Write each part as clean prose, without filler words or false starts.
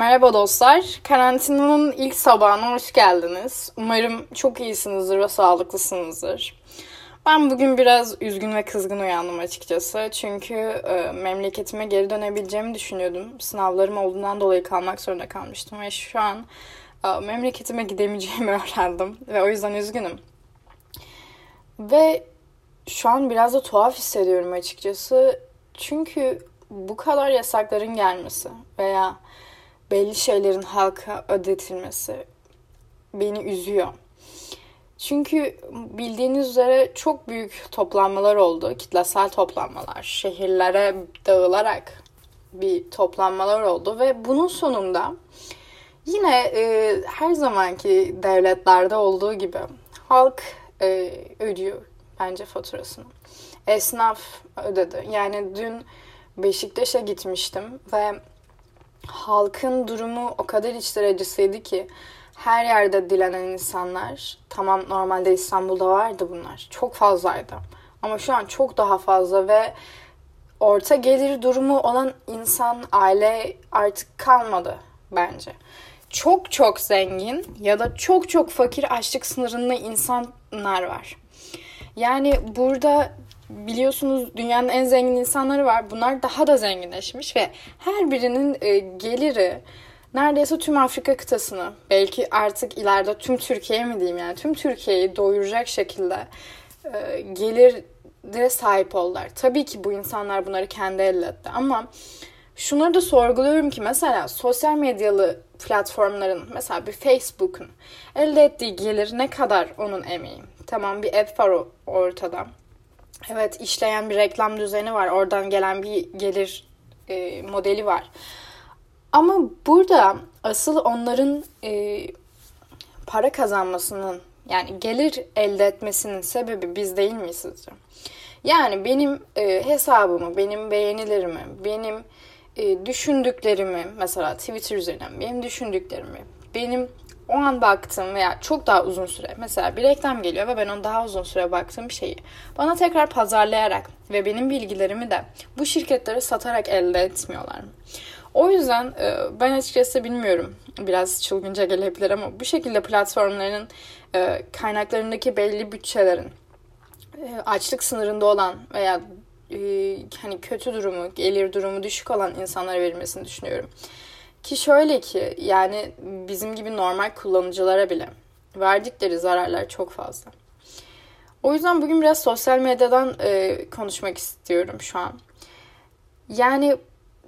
Merhaba dostlar. Karantinanın ilk sabahına hoş geldiniz. Umarım çok iyisinizdir ve sağlıklısınızdır. Ben bugün biraz üzgün ve kızgın uyandım açıkçası. Çünkü memleketime geri dönebileceğimi düşünüyordum. Sınavlarım olduğundan dolayı kalmak zorunda kalmıştım. Ve şu an memleketime gidemeyeceğimi öğrendim. Ve o yüzden üzgünüm. Ve şu an biraz da tuhaf hissediyorum açıkçası. Çünkü bu kadar yasakların gelmesi veya belli şeylerin halka ödetilmesi beni üzüyor. Çünkü bildiğiniz üzere çok büyük toplanmalar oldu. Kitlesel toplanmalar. Şehirlere dağılarak bir toplanmalar oldu. Ve bunun sonunda yine her zamanki devletlerde olduğu gibi halk ödüyor bence faturasını. Esnaf ödedi. Yani dün Beşiktaş'a gitmiştim ve halkın durumu o kadar içler acısıydı ki her yerde dilenen insanlar, tamam normalde İstanbul'da vardı bunlar, çok fazlaydı. Ama şu an çok daha fazla ve orta gelir durumu olan insan, aile artık kalmadı bence. Çok çok zengin ya da çok çok fakir açlık sınırında insanlar var. Yani burada biliyorsunuz dünyanın en zengin insanları var. Bunlar daha da zenginleşmiş ve her birinin geliri neredeyse tüm Afrika kıtasını, belki artık ileride tüm Türkiye mi diyeyim, yani tüm Türkiye'yi doyuracak şekilde gelire sahip oldular. Tabii ki bu insanlar bunları kendi elde etti ama şunları da sorguluyorum ki mesela sosyal medyalı platformların, mesela bir Facebook'un elde ettiği gelir ne kadar onun emeği? Tamam, bir ad var ortada. Evet, işleyen bir reklam düzeni var. Oradan gelen bir gelir modeli var. Ama burada asıl onların para kazanmasının, yani gelir elde etmesinin sebebi biz değil miyiz sizce? Yani benim hesabımı, benim beğenilerimi, benim düşündüklerimi, mesela Twitter üzerinden benim düşündüklerimi, benim o an baktığım veya çok daha uzun süre, mesela bir reklam geliyor ve ben onu daha uzun süre baktığım bir şeyi bana tekrar pazarlayarak ve benim bilgilerimi de bu şirketlere satarak elde etmiyorlar mı? O yüzden ben açıkçası bilmiyorum, biraz çılgınca gelebilir ama bu şekilde platformların kaynaklarındaki belli bütçelerin açlık sınırında olan veya hani kötü durumu, gelir durumu düşük olan insanlara verilmesini düşünüyorum. Ki şöyle ki, yani bizim gibi normal kullanıcılara bile verdikleri zararlar çok fazla. O yüzden bugün biraz sosyal medyadan konuşmak istiyorum şu an. Yani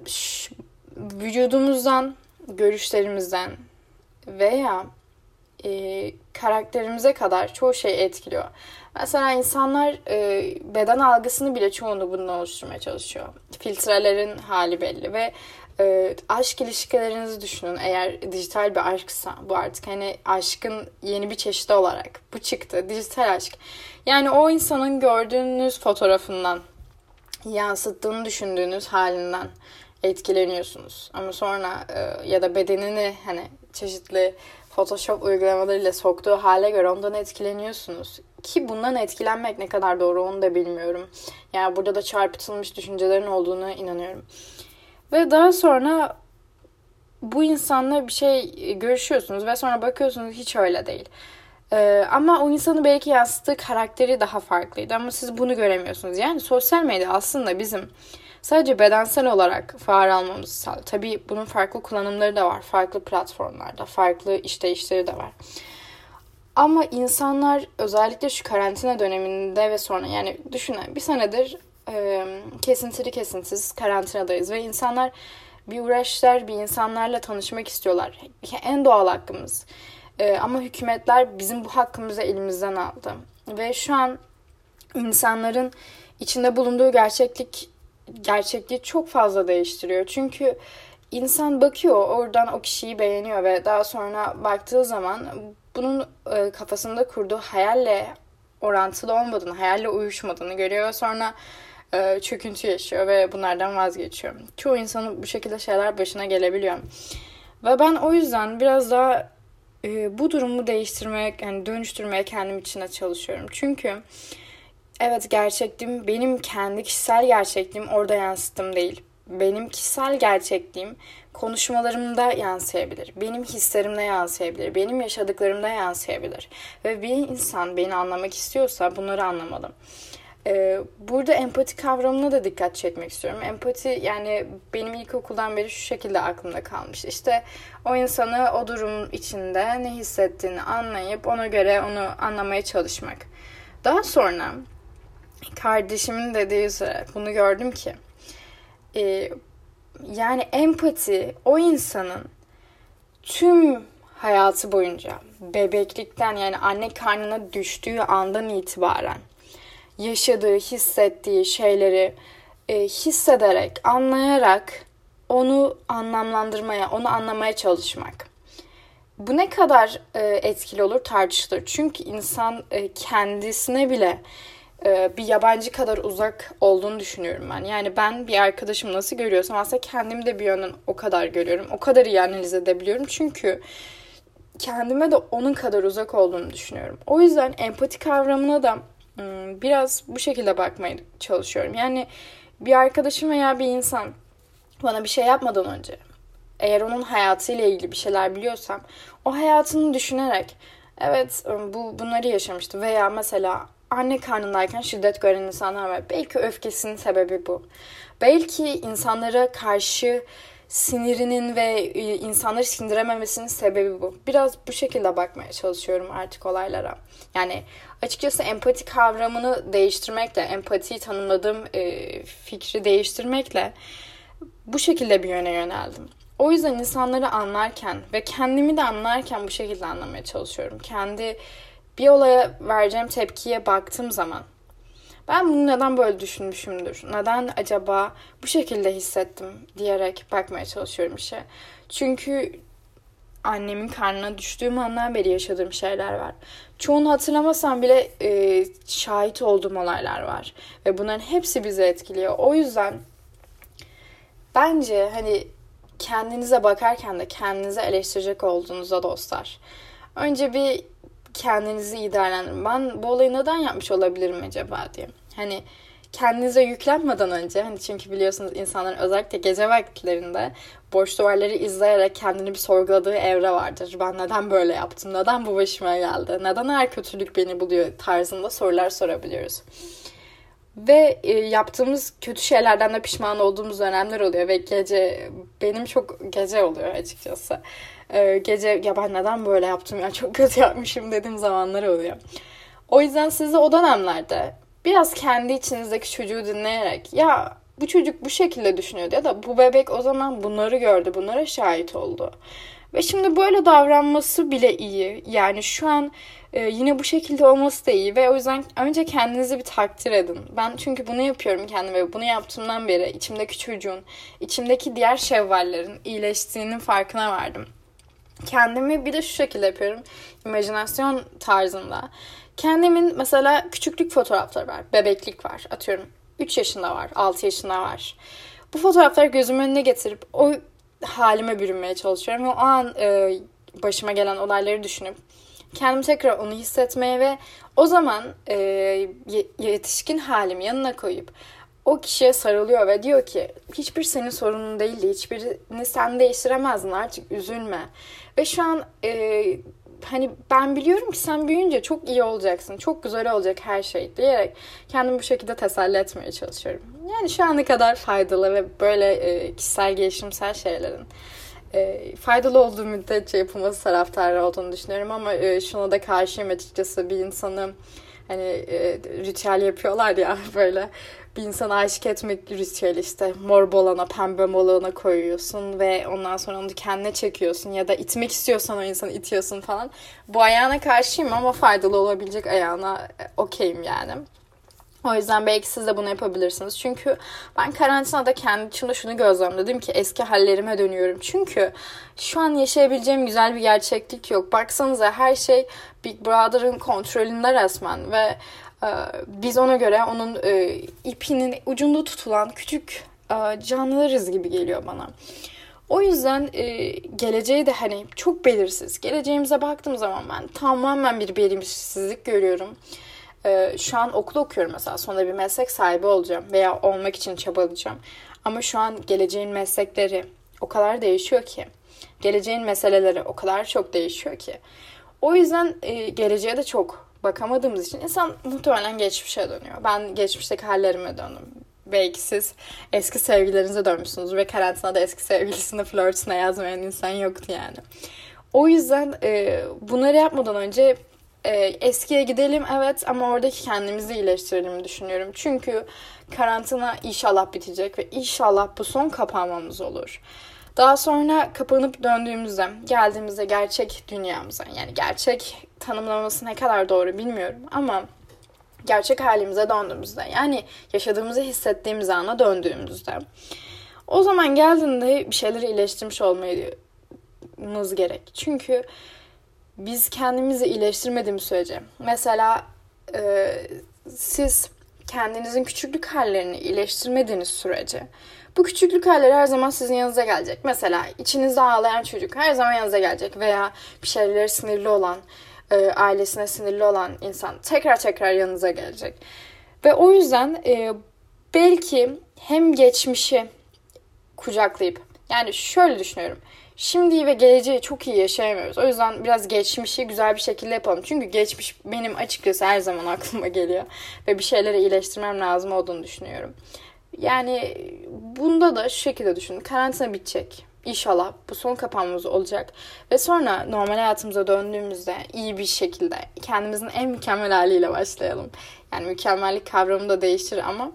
vücudumuzdan, görüşlerimizden veya karakterimize kadar çoğu şey etkiliyor. Mesela insanlar beden algısını bile çoğunu bundan oluşturmaya çalışıyor. Filtrelerin hali belli ve aşk ilişkilerinizi düşünün. Eğer dijital bir aşksa, bu artık hani aşkın yeni bir çeşidi olarak bu çıktı. Dijital aşk. Yani o insanın gördüğünüz fotoğrafından, yansıttığını düşündüğünüz halinden etkileniyorsunuz. Ama sonra ya da bedenini hani çeşitli Photoshop uygulamalarıyla soktuğu hale göre ondan etkileniyorsunuz. Ki bundan etkilenmek ne kadar doğru onu da bilmiyorum. Yani burada da çarpıtılmış düşüncelerin olduğuna inanıyorum. Ve daha sonra bu insanla bir şey görüşüyorsunuz ve sonra bakıyorsunuz hiç öyle değil. Ama o insanın belki yansıttığı karakteri daha farklıydı ama siz bunu göremiyorsunuz. Yani sosyal medya aslında bizim sadece bedensel olarak fayda almamızı sağlıyor. Tabii bunun farklı kullanımları da var. Farklı platformlarda, farklı işleyişleri de var. Ama insanlar özellikle şu karantina döneminde ve sonra, yani düşünün bir senedir kesintili kesintisiz karantinadayız ve insanlar bir uğraşlar, bir insanlarla tanışmak istiyorlar. En doğal hakkımız. Ama hükümetler bizim bu hakkımızı elimizden aldı. Ve şu an insanların içinde bulunduğu gerçekliği çok fazla değiştiriyor. Çünkü insan bakıyor, oradan o kişiyi beğeniyor ve daha sonra baktığı zaman bunun kafasında kurduğu hayalle orantılı olmadığını, hayalle uyuşmadığını görüyor ve sonra çöküntü yaşıyor ve bunlardan vazgeçiyor. Çoğu insanın bu şekilde şeyler başına gelebiliyor. Ve ben o yüzden biraz daha bu durumu değiştirmeye, yani dönüştürmeye kendim içine çalışıyorum. Çünkü evet, gerçekliğim, benim kendi kişisel gerçekliğim orada yansıttım değil. benim kişisel gerçekliğim konuşmalarımda yansıyabilir. Benim hislerimde yansıyabilir. Benim yaşadıklarımda yansıyabilir. Ve bir insan beni anlamak istiyorsa bunları anlamalı. Burada empati kavramına da dikkat çekmek istiyorum. Empati yani benim ilkokuldan beri şu şekilde aklımda kalmış. İşte o insanı o durum içinde ne hissettiğini anlayıp ona göre onu anlamaya çalışmak. Daha sonra kardeşimin dediği üzere bunu gördüm ki yani empati o insanın tüm hayatı boyunca bebeklikten yani anne karnına düştüğü andan itibaren yaşadığı, hissettiği şeyleri hissederek, anlayarak onu anlamlandırmaya, onu anlamaya çalışmak. Bu ne kadar etkili olur tartışılır. Çünkü insan kendisine bile bir yabancı kadar uzak olduğunu düşünüyorum ben. Yani ben bir arkadaşımı nasıl görüyorsam aslında kendimi de bir yönden o kadar görüyorum. O kadar iyi analiz edebiliyorum. Çünkü kendime de onun kadar uzak olduğunu düşünüyorum. O yüzden empati kavramına da biraz bu şekilde bakmaya çalışıyorum. Yani bir arkadaşım veya bir insan bana bir şey yapmadan önce eğer onun hayatıyla ilgili bir şeyler biliyorsam o hayatını düşünerek evet bunları yaşamıştı veya mesela anne karnındayken şiddet gören insanlar var. Belki öfkesinin sebebi bu. Belki insanlara karşı sinirinin ve insanları sindirememesinin sebebi bu. Biraz bu şekilde bakmaya çalışıyorum artık olaylara. Yani açıkçası empati kavramını değiştirmekle, empatiyi tanımladığım fikri değiştirmekle bu şekilde bir yöne yöneldim. O yüzden insanları anlarken ve kendimi de anlarken bu şekilde anlamaya çalışıyorum. Kendi bir olaya vereceğim tepkiye baktığım zaman ben bunu neden böyle düşünmüşümdür? Neden acaba bu şekilde hissettim diyerek bakmaya çalışıyorum işe. Çünkü annemin karnına düştüğüm andan beri yaşadığım şeyler var. Çoğunu hatırlamasam bile şahit olduğum olaylar var. Ve bunların hepsi bizi etkiliyor. O yüzden bence hani kendinize bakarken de kendinize eleştirecek olduğunuzda dostlar. Önce bir kendinizi iyi değerlendirin. Ben bu olayı neden yapmış olabilirim acaba diye. Hani kendinize yüklenmeden önce hani çünkü biliyorsunuz insanların özellikle gece vakitlerinde boş duvarları izleyerek kendini bir sorguladığı evre vardır. Ben neden böyle yaptım? Neden bu başıma geldi? Neden her kötülük beni buluyor tarzında sorular sorabiliyoruz. Ve yaptığımız kötü şeylerden de pişman olduğumuz dönemler oluyor. Ve gece, benim çok gece oluyor açıkçası. Gece ya ben neden böyle yaptım ya çok kötü yapmışım dediğim zamanlar oluyor. O yüzden siz de o dönemlerde biraz kendi içinizdeki çocuğu dinleyerek ya bu çocuk bu şekilde düşünüyordu ya da bu bebek o zaman bunları gördü, bunlara şahit oldu. Ve şimdi böyle davranması bile iyi. Yani şu an yine bu şekilde olması da iyi ve o yüzden önce kendinizi bir takdir edin. Ben çünkü bunu yapıyorum kendime ve bunu yaptığımdan beri içimdeki çocuğun, içimdeki diğer şevvallerin iyileştiğinin farkına vardım. Kendimi bir de şu şekilde yapıyorum. İmajinasyon tarzında. Kendimin mesela küçüklük fotoğrafları var. Bebeklik var. Atıyorum 3 yaşında var. 6 yaşında var. Bu fotoğrafları gözümün önüne getirip o halime bürünmeye çalışıyorum. Ve o an başıma gelen olayları düşünüp kendimi tekrar onu hissetmeye ve o zaman yetişkin halimi yanına koyup o kişiye sarılıyor ve diyor ki hiçbir senin sorunun değildi. Hiçbirini sen değiştiremezdin artık üzülme. Ve şu an hani ben biliyorum ki sen büyüyünce çok iyi olacaksın. Çok güzel olacak her şey diyerek kendimi bu şekilde teselli etmeye çalışıyorum. Yani şu ana kadar faydalı ve böyle kişisel gelişimsel şeylerin faydalı olduğu müddetçe yapılması taraftarı olduğunu düşünüyorum. Ama şuna da karşıyım açıkçası bir insanı hani ritüel yapıyorlar ya böyle bir insana aşık etmek ritüeli işte mor bolana pembe bolana koyuyorsun ve ondan sonra onu kendine çekiyorsun ya da itmek istiyorsan o insanı itiyorsun falan. Bu ayağına karşıyım ama faydalı olabilecek ayağına okeyim yani. O yüzden belki siz de bunu yapabilirsiniz. Çünkü ben karantinada kendi içimde şunu gözlemledim ki eski hallerime dönüyorum. Çünkü şu an yaşayabileceğim güzel bir gerçeklik yok. Baksanıza her şey Big Brother'ın kontrolünde resmen ve biz ona göre onun ipinin ucunda tutulan küçük canlılarız gibi geliyor bana. O yüzden geleceği de hani çok belirsiz. Geleceğimize baktığım zaman ben tamamen bir belirsizlik görüyorum. Şu an okul okuyorum mesela. Sonra bir meslek sahibi olacağım veya olmak için çabalayacağım. Ama şu an geleceğin meslekleri o kadar değişiyor ki. Geleceğin meseleleri o kadar çok değişiyor ki. O yüzden geleceğe de çok bakamadığımız için insan muhtemelen geçmişe dönüyor. Ben geçmişteki hallerime döndüm. Belki siz eski sevgililerinize dönmüşsünüz ve karantinada eski sevgilisine, flörtüne yazmayan insan yoktu yani. O yüzden bunları yapmadan önce eskiye gidelim evet, ama oradaki kendimizi iyileştirelim düşünüyorum. Çünkü karantina inşallah bitecek ve inşallah bu son kapanmamız olur. Daha sonra kapanıp döndüğümüzde, geldiğimizde gerçek dünyamıza, yani gerçek tanımlaması ne kadar doğru bilmiyorum ama gerçek halimize döndüğümüzde, yani yaşadığımızı hissettiğimiz ana döndüğümüzde, o zaman geldiğinde bir şeyleri iyileştirmiş olmamız gerek. Çünkü biz kendimizi iyileştirmediğimiz sürece, mesela siz kendinizin küçüklük hallerini iyileştirmediğiniz sürece bu küçüklük halleri her zaman sizin yanınıza gelecek. Mesela içinizde ağlayan çocuk her zaman yanınıza gelecek veya bir şeyleri sinirli olan, ailesine sinirli olan insan tekrar yanınıza gelecek. Ve o yüzden belki hem geçmişi kucaklayıp, yani şöyle düşünüyorum. Şimdiyi ve geleceği çok iyi yaşayamıyoruz. O yüzden biraz geçmişi güzel bir şekilde yapalım. Çünkü geçmiş benim açıkçası her zaman aklıma geliyor. Ve bir şeyleri iyileştirmem lazım olduğunu düşünüyorum. Yani bunda da şu şekilde düşünün. Karantina bitecek. İnşallah bu son kapanmamız olacak. Ve sonra normal hayatımıza döndüğümüzde iyi bir şekilde kendimizin en mükemmel haliyle başlayalım. Yani mükemmellik kavramı da değişir ama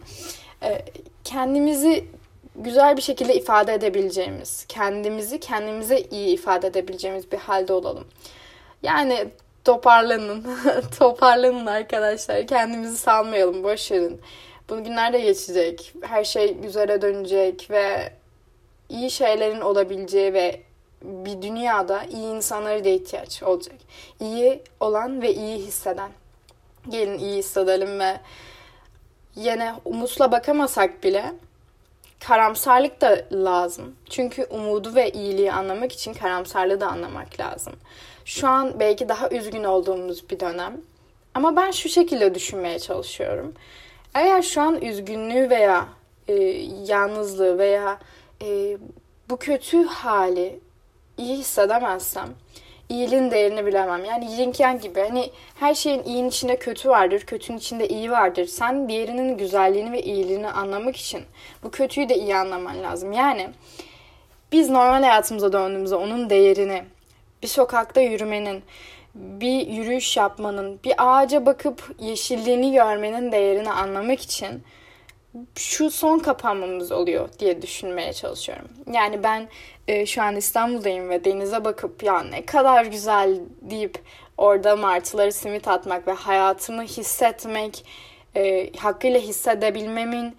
kendimizi güzel bir şekilde ifade edebileceğimiz, kendimize iyi ifade edebileceğimiz bir halde olalım. Yani toparlanın, toparlanın arkadaşlar. Kendimizi salmayalım, boş verin. Bu günler de geçecek. Her şey güzele dönecek ve iyi şeylerin olabileceği ve bir dünyada iyi insanlara da ihtiyaç olacak. İyi olan ve iyi hisseden. Gelin iyi hissedelim ve yine umutla bakamasak bile karamsarlık da lazım. Çünkü umudu ve iyiliği anlamak için karamsarlığı da anlamak lazım. Şu an belki daha üzgün olduğumuz bir dönem. Ama ben şu şekilde düşünmeye çalışıyorum. Eğer şu an üzgünlüğü veya yalnızlığı veya bu kötü hali iyi hissedemezsem iyiliğin değerini bilemem. Yani yin yang gibi, hani her şeyin iyinin içinde kötü vardır, kötünün içinde iyi vardır. Sen diğerinin güzelliğini ve iyiliğini anlamak için bu kötüyü de iyi anlaman lazım. Yani biz normal hayatımıza döndüğümüzde onun değerini, bir sokakta yürümenin, bir yürüyüş yapmanın, bir ağaca bakıp yeşilliğini görmenin değerini anlamak için şu son kapanmamız oluyor diye düşünmeye çalışıyorum. Yani ben şu an İstanbul'dayım ve denize bakıp ya ne kadar güzel deyip orada martıları simit atmak ve hayatımı hissetmek, hakkıyla hissedebilmemin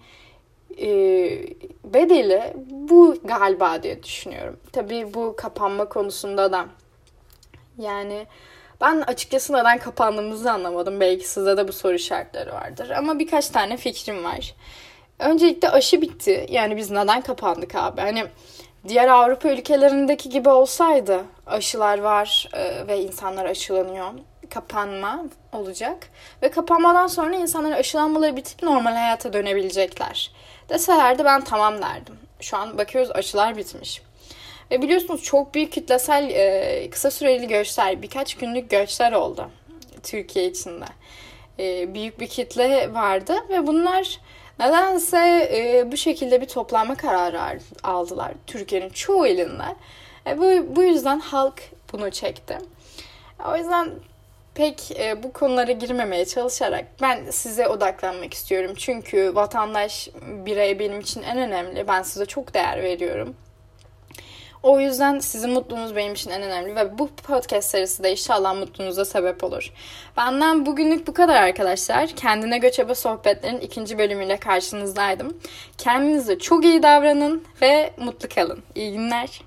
bedeli bu galiba diye düşünüyorum. Tabii bu kapanma konusunda da yani ben açıkçası neden kapandığımızı anlamadım. Belki sizde de bu soru işaretleri vardır. Ama birkaç tane fikrim var. Öncelikle aşı bitti. Yani biz neden kapandık abi? Hani diğer Avrupa ülkelerindeki gibi olsaydı aşılar var ve insanlar aşılanıyor. Kapanma olacak. Ve kapanmadan sonra insanların aşılanmaları bitip normal hayata dönebilecekler. Deselerdi ben tamam derdim. Şu an bakıyoruz aşılar bitmiş. Ve biliyorsunuz çok büyük kitlesel kısa süreli göçler, birkaç günlük göçler oldu Türkiye içinde. Büyük bir kitle vardı ve bunlar nedense bu şekilde bir toplanma kararı aldılar Türkiye'nin çoğu ilinde. Bu yüzden halk bunu çekti. O yüzden pek bu konulara girmemeye çalışarak ben size odaklanmak istiyorum. Çünkü vatandaş, birey benim için en önemli. Ben size çok değer veriyorum. O yüzden sizin mutluluğunuz benim için en önemli ve bu podcast serisi de inşallah mutluluğunuza sebep olur. Benden bugünlük bu kadar arkadaşlar. Kendine Göçebe Sohbetler'in 2. bölümüyle karşınızdaydım. Kendinize çok iyi davranın ve mutlu kalın. İyi günler.